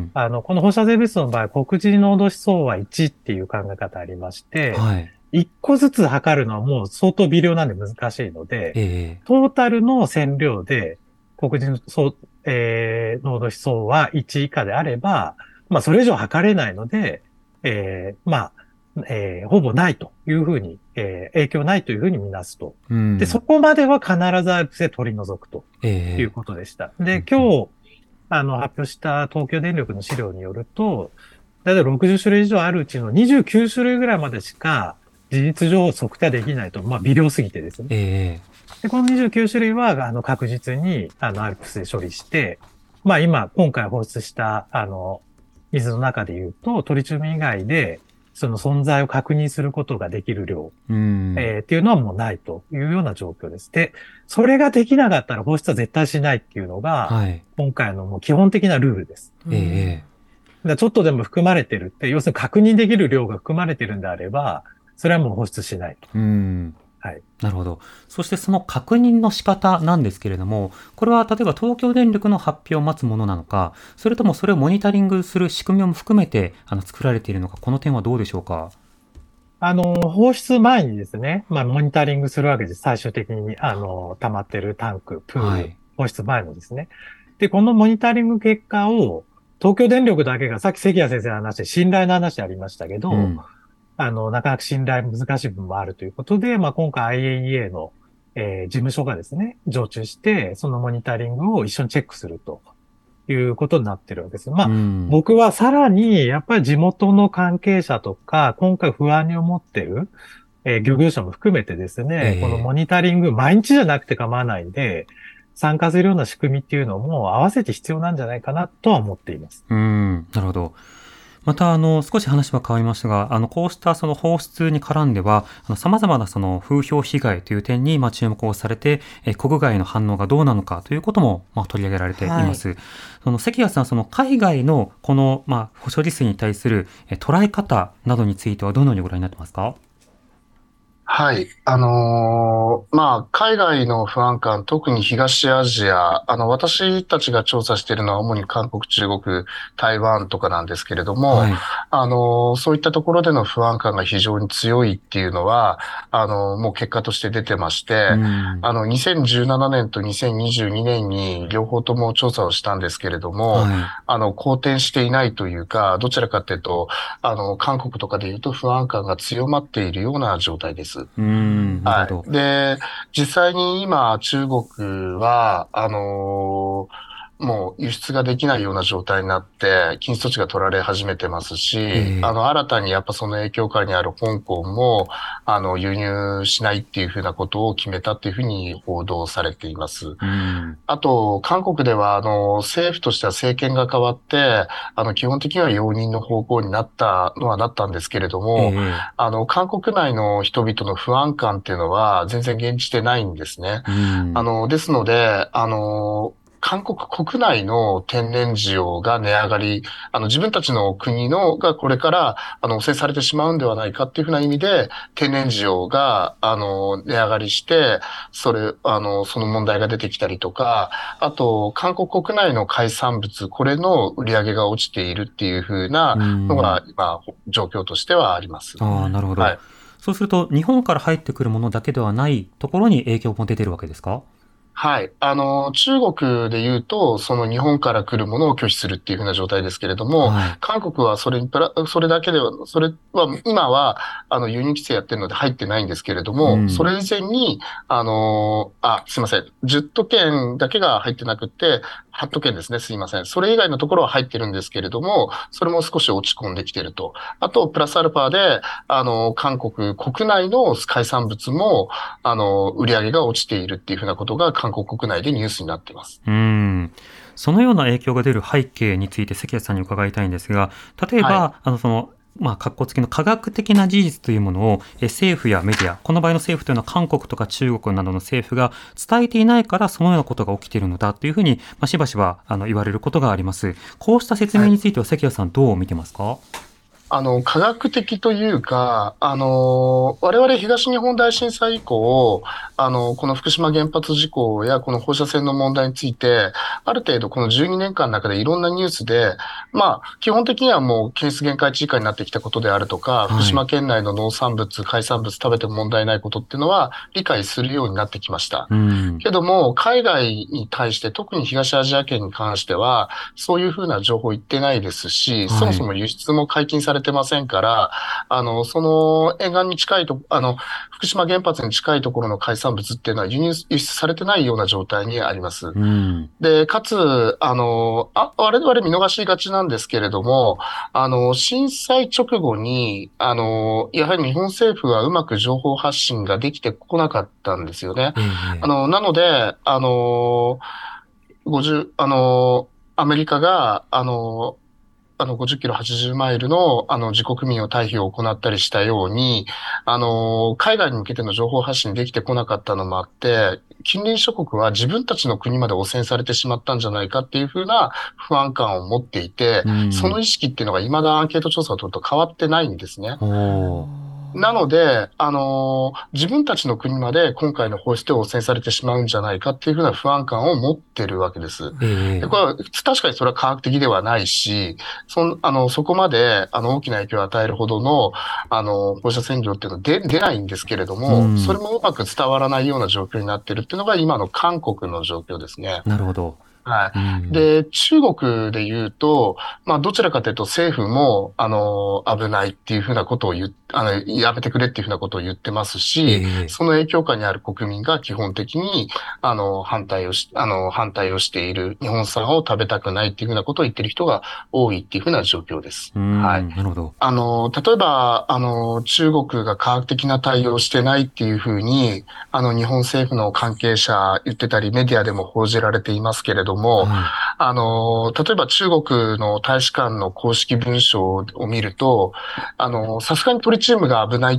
あの、この放射性物質の場合、黒人濃度思想はいちっていう考え方ありまして、はい。いっこずつ測るのはもう相当微量なんで難しいので、えー、トータルの線量で黒人そう、えー、濃度思想はいち以下であれば、まあそれ以上測れないので、えー、まあ、えー、ほぼないというふうに、えー、影響ないというふうに見なすと。うん、で、そこまでは必ずアルプスで取り除くということでした。えー、で、今日、あの、発表した東京電力の資料によると、だいたいろくじゅっしゅるい以上あるうちのにじゅうきゅうしゅるいぐらいまでしか事実上測定できないと、まあ微量すぎてですね。えー、で、このにじゅうきゅうしゅるいは、あの、確実に、あの、アルプスで処理して、まあ今、今回放出した、あの、水の中で言うと、トリチウム以外で、その存在を確認することができる量、うんえー、っていうのはもうないというような状況です。で、それができなかったら放出は絶対しないっていうのが、はい、今回のもう基本的なルールです。えー、だちょっとでも含まれてるって、要するに確認できる量が含まれてるんであれば、それはもう放出しないと。うんはい、なるほど。そしてその確認の仕方なんですけれども、これは例えば東京電力の発表を待つものなのか、それともそれをモニタリングする仕組みも含めてあの作られているのか、この点はどうでしょうか。 あの、放出前にですね、まあ、モニタリングするわけです。最終的に、あの、溜まってるタンク、プール、はい、放出前のですね。で、このモニタリング結果を、東京電力だけが、さっき関谷先生の話で信頼の話ありましたけど、うんあの、なかなか信頼難しい部分もあるということで、まあ、今回 アイエーイーエー の、えー、事務所がですね、常駐して、そのモニタリングを一緒にチェックするということになってるわけです。まあ、うん、僕はさらに、やっぱり地元の関係者とか、今回不安に思ってる、えー、漁業者も含めてですね、えー、このモニタリング、毎日じゃなくて構わないんで、参加するような仕組みっていうのも合わせて必要なんじゃないかなとは思っています。 うん、なるほど。また、あの、少し話は変わりましたが、あの、こうしたその放出に絡んでは、あの、様々なその風評被害という点に、まあ、注目をされて、え、国外の反応がどうなのかということも、まあ、取り上げられています。はい、その、関谷さん、その、海外のこの、まあ、処理水に対するえ捉え方などについてはどのようにご覧になってますか？ はい。あのーまあ、海外の不安感、特に東アジア、あの、私たちが調査しているのは主に韓国、中国、台湾とかなんですけれども、 はい。 あのーそういったところでの不安感が非常に強いっていうのは、あのーもう結果として出てましうて、 ん。 あの、にせんじゅうななねんとにせんにじゅうにねんに両方とも調査をしたんですけれども、 はい。 あの、好転していないというか、どちらかというと、あの、韓国とかで言うと不安感が強まっているような状態です。 うん。なるほはど。 い。で、実際に今、中国は、あのーもう輸出ができないような状態になって、禁止措置が取られ始めてますし、あええの、新たにやっぱその影響下にある香港も、あの、輸入しないっていうふうなことを決めたっていうふうに報道されています。 うん。 あと、韓国では、あの、政府としては政権が変わって、あの、基本的には容認の方向になったのはなったんですけれども、 ええあの、韓国内の人々の不安感っていうのは全然現じてないんですね。 うん。 あの、ですので、あの、韓国国内の天然塩が値上がり、あの、自分たちの国のがこれから、あの、汚染されてしまうんではないかっていうふうな意味で、天然塩が、あの、値上がりして、それ、あの、その問題が出てきたりとか、あと、韓国国内の海産物、これの売り上げが落ちているっていうふうなうのが、 ん。 今、状況としてはあります。 ああ、なるほど。 はい。 そうすると、日本から入ってくるものだけではないところに影響も出てるわけですか？ はい。あの、中国で言うと、その日本から来るものを拒否するっていうふうな状態ですけれども、 はい。 韓国はそれにプラ、それだけでは、それは、今は、あの、輸入規制やってるので入ってないんですけれども、そうん。 れ以前に、あの、あ、すいません。じゅっ都県だけが入ってなくて、はち都県ですね。すいません。それ以外のところは入ってるんですけれども、それも少し落ち込んできてると。あと、プラスアルファで、あの、韓国国内の海産物も、あの、売り上げが落ちているっていうふうなことが韓国国内でニュースになっています。 うん。そのような影響が出る背景について関谷さんに伺いたいんですが、例えはい。 ば、あの、その、まあ、格好付きの科学的な事実というものをえ政府やメディア、この場合の政府というのは韓国とか中国などの政府が伝えていないからそのようなことが起きているのだというふうに、まあ、しばしばあの言われることがあります。こうした説明はい。 については関谷さんどう見てますか？ あの、科学的というか、あの、我々東日本大震災以降、あの、この福島原発事故やこの放射線の問題について、ある程度このじゅうにねんかんの中でいろんなニュースで、まあ、基本的にはもう検出限界値以下になってきたことであるとか、福はい。 島県内の農産物、海産物食べても問題ないことっていうのは理解するようになってきました。 うん。 けども、海外に対して、特に東アジア圏に関しては、そういうふうな情報言ってないですし、そはい。 もそも輸出も解禁されてませんから、あの、その沿岸に近いと、あの、福島原発に近いところの海産物っていうのは輸入、輸出されてないような状態にあります。 うん。 で、かつ、あの、あ、我々見逃しがちなんですけれども、あの、震災直後に、あの、やはり日本政府はうまく情報発信ができてこなかったんですよね。 ええ。 あの、なので、あの、ごじゅう、あの、アメリカが、あの、あの、ごじゅっキロ、はちじゅうマイルの、あの、自国民を退避を行ったりしたように、あの、海外に向けての情報発信できてこなかったのもあって、近隣諸国は自分たちの国まで汚染されてしまったんじゃないかっていうふうな不安感を持っていて、 うん。 その意識っていうのが未だアンケート調査を取ると変わってないんですね。 おお。 なので、あのー自分たちの国まで今回の放出で汚染されてしまうんじゃないかっていうふうな不安感を持ってるわけです。 えで、 え。 これは、確かにそれは科学的ではないし、そん、あの、そこまで、あの、大きな影響を与えるほどの、あの、放射線量っていうのは出、出ないんですけれどうも、それん。 もうまく伝わらないような状況になってるっていうのが今の韓国の状況ですね。 なるほど。 はうい。 ん。 で、中国で言うと、まあ、どちらかというと政府も、あの、危ないっていうふうなことを言っ、あの、やめてくれっていうふうなことを言ってますえし、 え。 その影響下にある国民が基本的に、あの、反対をし、あの、反対をしている、日本産を食べたくないっていうふうなことを言ってる人が多いっていうふうな状況です。 うはい。 ん。なるほど。 あの、例えば、あの、中国が科学的な対応をしてないっていうふうに、あの、日本政府の関係者言ってたり、メディアでも報じられていますけれども、 はい。 あの、例えば中国の大使館の公式文書を見ると、あの、さすがにトリチウムが危ない、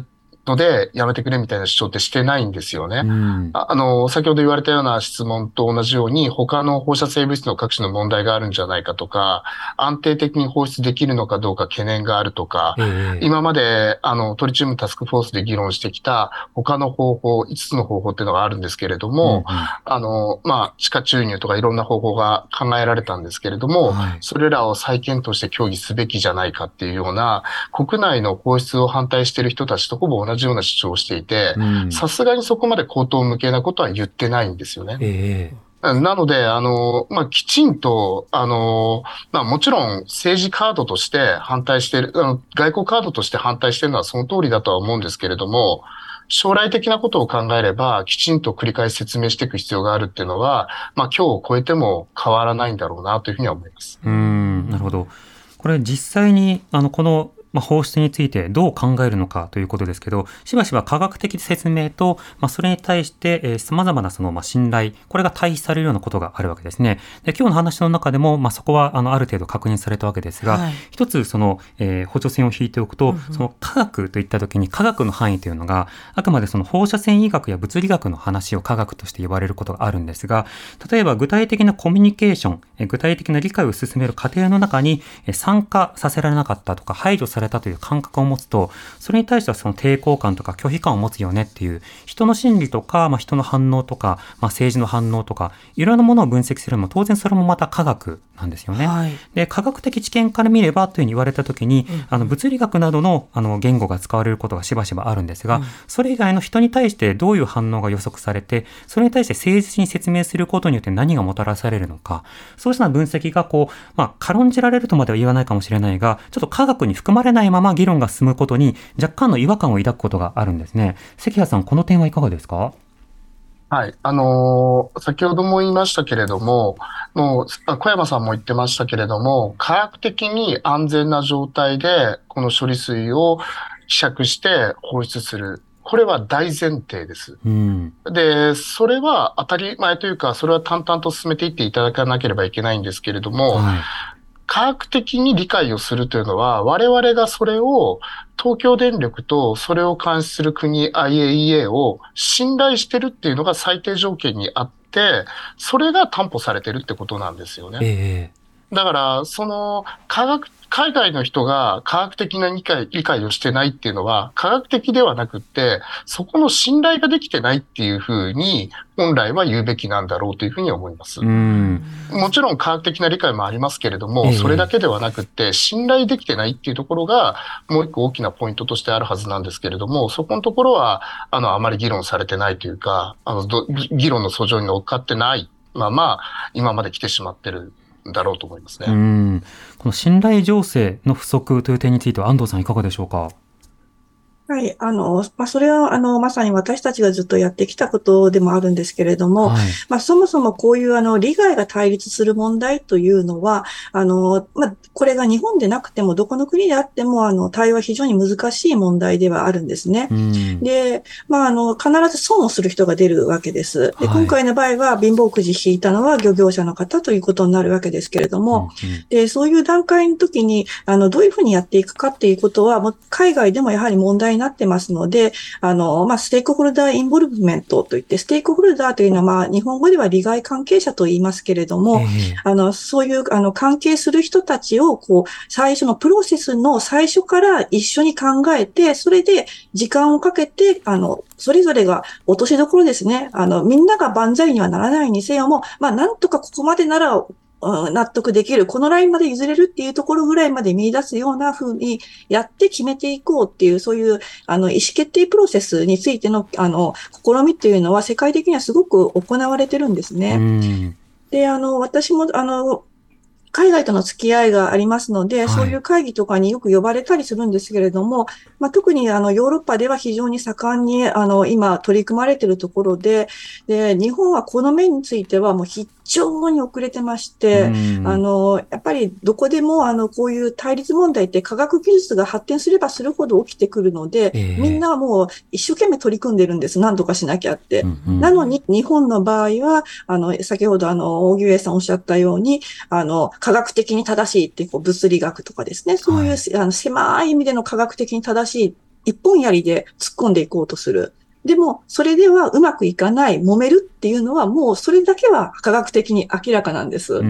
のでやめてくれみたいな主張ってしてないんですよね。 うん、 あ、あの、先ほど言われたような質問と同じように、他の放射性物質の各種の問題があるんじゃないかとか、安定的に放出できるのかどうか懸念があるとか、 ええ、 今まであのトリチウムタスクフォースで議論してきた他の方法、いつつの方法っていうのがあるんですけれども、 うんうん、 あの、まあ、地下注入とかいろんな方法が考えられたんですけれども、 はい、 それらを再検討して協議すべきじゃないかっていうような、国内の放出を反対している人たちとほぼ同じような主張をしていて、さすがにそこまで口頭無形なことは言ってないんですよね。 ええ、 なので、あの、まあ、きちんと、あの、まあ、もちろん政治カードとして反対している、あの、外交カードとして反対しているのはその通りだとは思うんですけれども、将来的なことを考えれば、きちんと繰り返し説明していく必要があるっていうのは、まあ、今日を超えても変わらないんだろうなというふうには思います。 うーん、なるほど。これ実際に、あの、この、まあ、放出についてどう考えるのかということですけど、しばしば科学的説明と、まあ、それに対して、えー、様々なその、まあ、信頼、これが対比されるようなことがあるわけですね。で、今日の話の中でも、まあ、そこは、あの、ある程度確認されたわけですが、はい、一つ、その、えー、補助線を引いておくと、うんうん、その科学といったときに科学の範囲というのが、あくまでその放射線医学や物理学の話を科学として呼ばれることがあるんですが、例えば具体的なコミュニケーション、えー、具体的な理解を進める過程の中に、えー、参加させられなかったとか排除されたという感覚を持つと、それに対してはその抵抗感とか拒否感を持つよねっていう、人の心理とか、まあ、人の反応とか、まあ、政治の反応とか、いろんなものを分析するのも当然それもまた科学なんですよね。はい、で、科学的知見から見ればというふうに言われたときに、うん、あの物理学などのあの言語が使われることがしばしばあるんですが、うん、それ以外の人に対してどういう反応が予測されて、それに対して誠実に説明することによって何がもたらされるのか、そうした分析がこう、まあ、軽んじられるとまでは言わないかもしれないが、ちょっと科学に含まれないまま議論が進むことに若干の違和感を抱くことがあるんですね。関谷さん、この点はいかがですか？ はい。あのー、先ほども言いましたけれども、もう、小山さんも言ってましたけれども、科学的に安全な状態で、この処理水を希釈して放出する。これは大前提です。うん、で、それは当たり前というか、それは淡々と進めていっていただかなければいけないんですけれども、はい、科学的に理解をするというのは、我々がそれを東京電力とそれを監視する国 アイエーイーエー を信頼してるっていうのが最低条件にあって、それが担保されてるってことなんですよね。えー、だから、その科学、海外の人が科学的な理解、理解をしてないっていうのは科学的ではなくって、そこの信頼ができてないっていうふうに本来は言うべきなんだろうというふうに思います。うん、もちろん科学的な理解もありますけれども、それだけではなくって信頼できてないっていうところがもう一個大きなポイントとしてあるはずなんですけれども、そこのところはあのあまり議論されてないというか、あの議論の訴状に乗っかってないまま今まで来てしまってるだろうと思いますね。 うん、この信頼醸成の不足という点については安藤さんいかがでしょうか？ はい。あの、まあ、それは、あの、まさに私たちがずっとやってきたことでもあるんですけれども、はい、まあ、そもそもこういう、あの、利害が対立する問題というのは、あの、まあ、これが日本でなくても、どこの国であっても、あの、対応は非常に難しい問題ではあるんですね。うん、で、まあ、あの、必ず損をする人が出るわけです。で、はい、今回の場合は、貧乏くじ引いたのは漁業者の方ということになるわけですけれども、うんうん、で、そういう段階の時に、あの、どういうふうにやっていくかっていうことは、もう海外でもやはり問題になってますので、あの、まあ、ステークホルダーインボルブメントといって、ステークホルダーというのは、まあ、日本語では利害関係者と言いますけれども、えー、あの、そういう、あの、関係する人たちを、こう、最初のプロセスの最初から一緒に考えて、それで時間をかけて、あの、それぞれが落としどころですね。あの、みんなが万歳にはならないにせよも、まあ、なんとかここまでなら、納得できる。このラインまで譲れるっていうところぐらいまで見出すような風にやって決めていこうっていう、そういう、あの、意思決定プロセスについての、あの、試みっていうのは世界的にはすごく行われてるんですね。で、あの、私も、あの、海外との付き合いがありますので、はい、そういう会議とかによく呼ばれたりするんですけれども、まあ、特にあのヨーロッパでは非常に盛んにあの今取り組まれているところで、で、日本はこの面についてはもう非常に遅れてまして、あの、やっぱりどこでもあのこういう対立問題って科学技術が発展すればするほど起きてくるので、えー、みんなはもう一生懸命取り組んでるんです。何とかしなきゃって。うんうん、なのに日本の場合は、あの、先ほどあの、大木上さんおっしゃったように、あの、科学的に正しいってこう物理学とかですね、そういう、はい、あの狭い意味での科学的に正しい一本槍で突っ込んでいこうとする。でも、それではうまくいかない、揉めるっていうのは、もうそれだけは科学的に明らかなんです。 うん。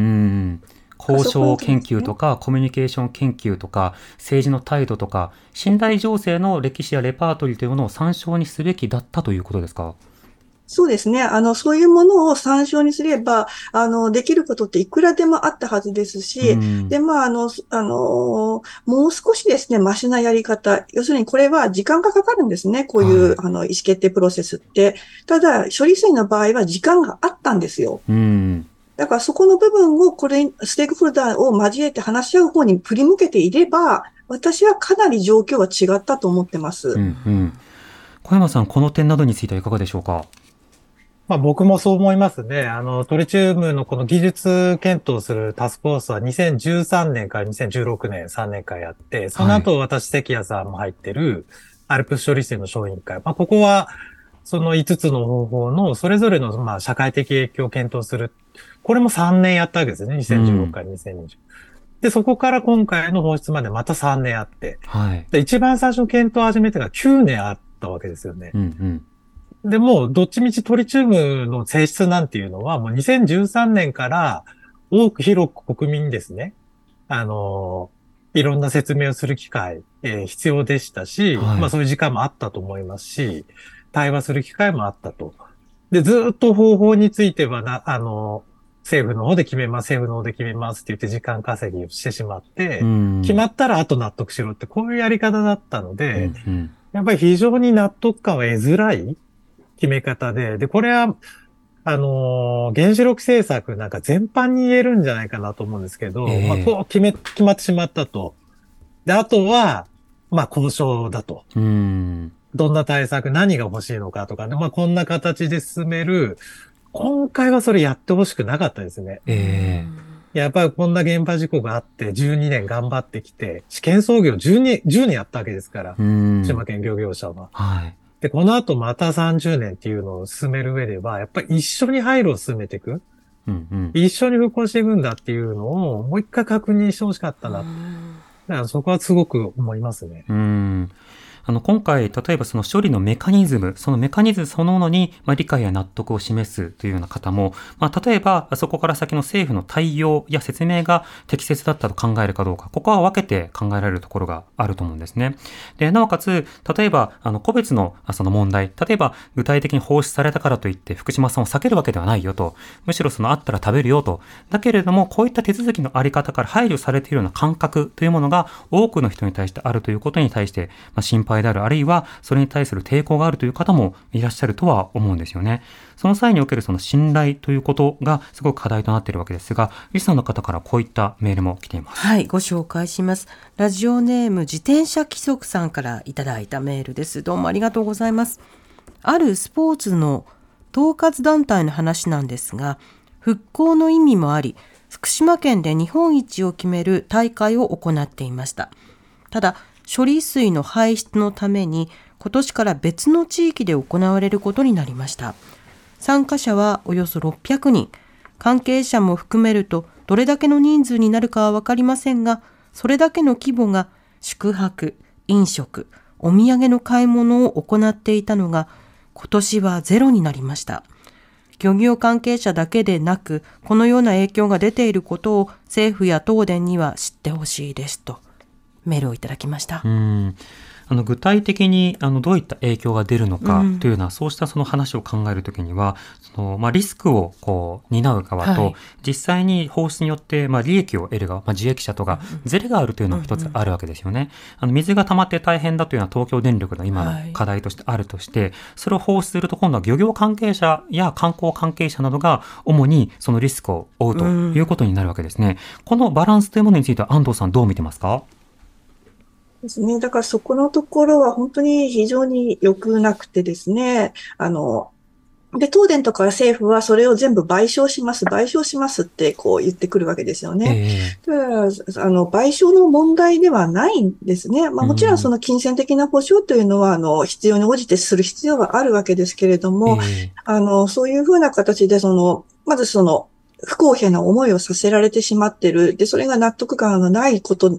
交渉研究とか、コミュニケーション研究とか、政治の態度とか、信頼情勢の歴史やレパートリーというものを参照にすべきだったということですか？ そうですね。あの、そういうものを参照にすれば、あの、できることっていくらでもあったはずですし、うん、で、まあ、あの、あの、もう少しですね、マシなやり方。要するにこれは時間がかかるんですね。こういう、はい、あの、意思決定プロセスって。ただ、処理水の場合は時間があったんですよ。うんだからそこの部分をこれ、ステークホルダーを交えて話し合う方に振り向けていれば、私はかなり状況は違ったと思ってます。うんうん、 小山さん、この点などについてはいかがでしょうか？ まあ僕もそう思いますね。あの、トリチウムのこの技術検討するタスクフォースはにせんじゅうさんねんからにせんじゅうろくねんさんねんかんやって、その後私、関谷さんも入ってるアルプス処理水の小委員会。まあここは、そのいつつの方法のそれぞれのまあ社会的影響を検討する。これもさんねんやったわけですね。にせんじゅうろくからにせんにじゅう。うん、で、そこから今回の放出までまたさんねんあって。はい、で一番最初の検討を始めてからきゅうねんあったわけですよね。うんうん、で、もうどっちみちトリチウムの性質なんていうのはもうにせんじゅうさんねんから多く広く国民にですね、あの、いろんな説明をする機会、えー、必要でしたし、はい、まあそういう時間もあったと思いますし、対話する機会もあったと。で、ずっと方法についてはな、あの、政府の方で決めます、政府の方で決めますって言って時間稼ぎをしてしまって、決まったらあと納得しろってこういうやり方だったので、うんうん、やっぱり非常に納得感は得づらい決め方で、で、これは、あのー、原子力政策なんか全般に言えるんじゃないかなと思うんですけど、えー、まあ、こう決め、決まってしまったと。で、あとは、まあ、交渉だと。うんどんな対策、何が欲しいのかとかね。まあ、こんな形で進める。今回はそれやってほしくなかったですね。ええ。やっぱりこんな原発事故があってじゅうにねん頑張ってきて、試験操業じゅうに、じゅうねんやったわけですから。島県漁業者は。はい。で、この後またさんじゅうねんっていうのを進める上では、やっぱり一緒に廃炉を進めていく。うんうん、一緒に復興していくんだっていうのをもう一回確認してほしかったな。だからそこはすごく思いますね。 うんあの今回、例えばその処理のメカニズム、そのメカニズムそのものに、まあ、理解や納得を示すというような方も、まあ、例えばそこから先の政府の対応や説明が適切だったと考えるかどうか、ここは分けて考えられるところがあると思うんですね。で、なおかつ、例えばあの個別のその問題、例えば具体的に放出されたからといって福島産を避けるわけではないよと、むしろそのあったら食べるよと、だけれどもこういった手続きのあり方から配慮されているような感覚というものが多くの人に対してあるということに対して、まあ、心配である、あるいはそれに対する抵抗があるという方もいらっしゃるとは思うんですよね。その際におけるその信頼ということがすごく課題となっているわけですが、リスナーの方からこういったメールも来ています。 はい、ご紹介します。ラジオネーム自転車規則さんからいただいたメールです。どうもありがとうございます。あるスポーツの統括団体の話なんですが、復興の意味もあり、福島県で日本一を決める大会を行っていました。ただ処理水の排出のために今年から別の地域で行われることになりました。参加者はおよそろっぴゃくにん、関係者も含めるとどれだけの人数になるかは分かりませんが、それだけの規模が宿泊、飲食、お土産の買い物を行っていたのが今年はゼロになりました。漁業関係者だけでなく、このような影響が出ていることを政府や東電には知ってほしいですとメールをいただきました。 うんあの具体的にあのどういった影響が出るのかというのは、うん、そうしたその話を考えるときにはその、まあ、リスクをこう担う側と、はい、実際に放出によって、まあ、利益を得る側、まあ、自益者とかズレがあるというのが一つあるわけですよね。うんうん、あの水が溜まって大変だというのは東京電力の今の課題としてあるとして、はい、それを放出すると今度は漁業関係者や観光関係者などが主にそのリスクを負うということになるわけですね。うん、このバランスというものについては安藤さんどう見てますか？ ですね。だからそこのところは本当に非常に良くなくてですね。あの、で、東電とか政府はそれを全部賠償します、賠償しますってこう言ってくるわけですよね。えー、だから、あの、賠償の問題ではないんですね。まあもちろんその金銭的な保証というのは、あの、必要に応じてする必要はあるわけですけれども、えー、あの、そういうふうな形でその、まずその、不公平な思いをさせられてしまっている。で、それが納得感のないこと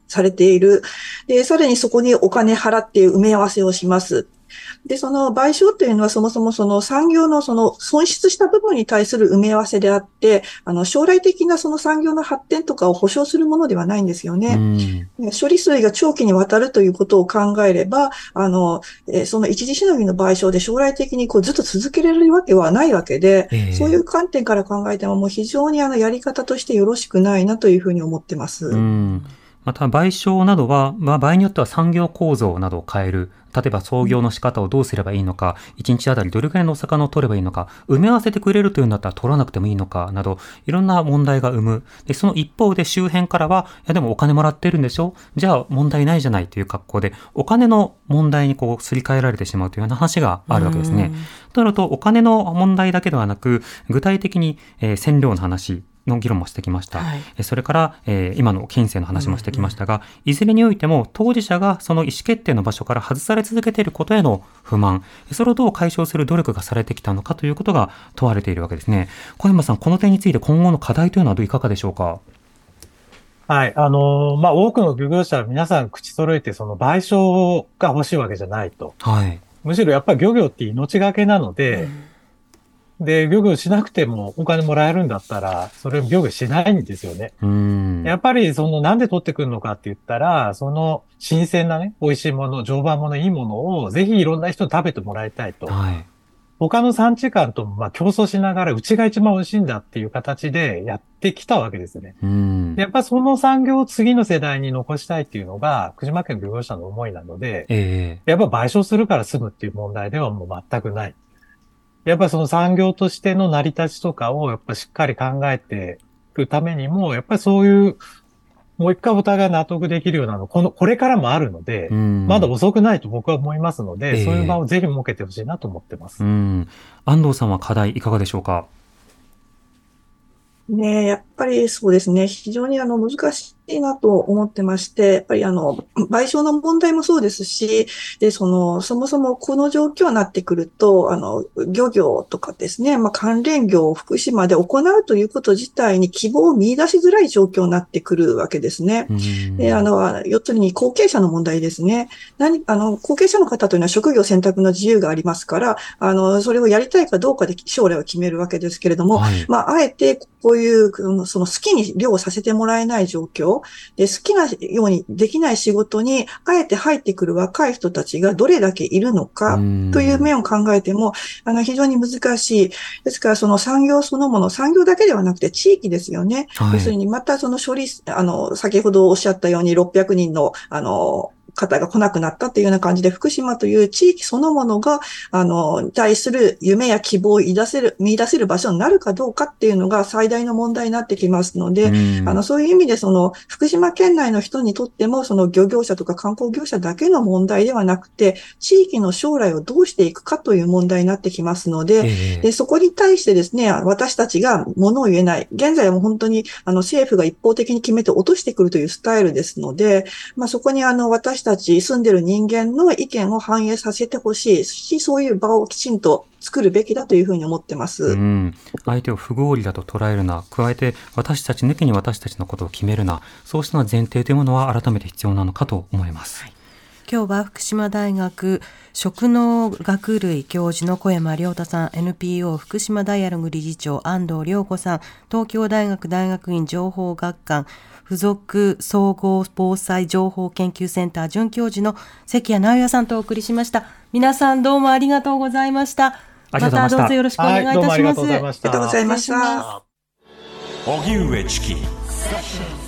されている。で、さらにそこにお金払って埋め合わせをします。で、その賠償というのはそもそもその産業のその損失した部分に対する埋め合わせであって、あの将来的なその産業の発展とかを保証するものではないんですよね。処理水が長期にわたるということを考えれば、あの、えその一時しのぎの賠償で将来的にこうずっと続けられるわけはないわけで、えー、そういう観点から考えてももう非常にあのやり方としてよろしくないなというふうに思ってます。 うんまた賠償などは、まあ、場合によっては産業構造などを変える。例えば操業の仕方をどうすればいいのか、いちにちあたりどれくらいのお魚を取ればいいのか、埋め合わせてくれるというんだったら取らなくてもいいのかなど、いろんな問題が生む。で、その一方で周辺からは、いやでもお金もらってるんでしょ？じゃあ問題ないじゃないという格好で、お金の問題にこうすり替えられてしまうというような話があるわけですね。となると、お金の問題だけではなく、具体的に、えー、線量の話、の議論もしてきました、はい、それから、えー、今の金銭の話もしてきましたが、うんうん、いずれにおいても当事者がその意思決定の場所から外され続けていることへの不満、それをどう解消する努力がされてきたのかということが問われているわけですね。小山さん、この点について今後の課題というのはいかがでしょうか。 はい。あのー、まあ、多くの漁業者は皆さん口揃えてその賠償が欲しいわけじゃないと。はい。むしろやっぱり漁業って命がけなので、うんで、漁業しなくてもお金もらえるんだったら、それを漁業しないんですよね。うんやっぱり、その、なんで取ってくるのかって言ったら、その、新鮮なね、美味しいもの、常磐もの、いいものを、ぜひいろんな人に食べてもらいたいと。はい、他の産地間と、まあ、競争しながら、うちが一番美味しいんだっていう形でやってきたわけですね。うんやっぱその産業を次の世代に残したいっていうのが、福島県漁業者の思いなので、えー、やっぱ賠償するから済むっていう問題ではもう全くない。やっぱりその産業としての成り立ちとかをやっぱしっかり考えていくためにも、やっぱりそういう、もう一回お互い納得できるようなの、この、これからもあるので、うんまだ遅くないと僕は思いますので、えー、そういう場をぜひ設けてほしいなと思ってます。 うん安藤さんは課題いかがでしょうか。 ねえ、やっぱりそうですね。非常にあの難しいなと思ってまして、やっぱりあの、賠償の問題もそうですし、で、その、そもそもこの状況になってくると、あの、漁業とかですね、まあ、関連業を福島で行うということ自体に希望を見出しづらい状況になってくるわけですね。で、あの、よっつに後継者の問題ですね。何、あの、後継者の方というのは職業選択の自由がありますから、あの、それをやりたいかどうかで将来を決めるわけですけれども、はい、まあ、あえてこういう、その好きに漁をさせてもらえない状況で、好きなようにできない仕事にあえて入ってくる若い人たちがどれだけいるのかという面を考えても、あの非常に難しい。ですからその産業そのもの、産業だけではなくて地域ですよね。はい、要するにまたその処理、あの、先ほどおっしゃったようにろっぴゃくにんの、あの、方が来なくなったっていうような感じで、福島という地域そのものが、あの、対する夢や希望を見出せる、見出せる場所になるかどうかっていうのが最大の問題になってきますので、あの、そういう意味でその、福島県内の人にとっても、その漁業者とか観光業者だけの問題ではなくて、地域の将来をどうしていくかという問題になってきますので、えー、でそこに対してですね、私たちが物を言えない。現在はもう本当に、あの、政府が一方的に決めて落としてくるというスタイルですので、まあ、そこにあの、私たち住んでる人間の意見を反映させてほしいし、そういう場をきちんと作るべきだというふうに思ってます。 うん、相手を不合理だと捉えるな、加えて私たち抜きに私たちのことを決めるな、そうした前提というものは改めて必要なのかと思います。はい、 今日は福島大学食農学類教授の小山亮太さん、 エヌピーオー 福島ダイアログ理事長安藤亮子さん、東京大学大学院情報学館附属総合防災情報研究センター准教授の関谷直也さんとお送りしました。皆さんどうもありがとうございました。またどうぞよろしくお願いいたします。 ありがとうございました。 荻上チキ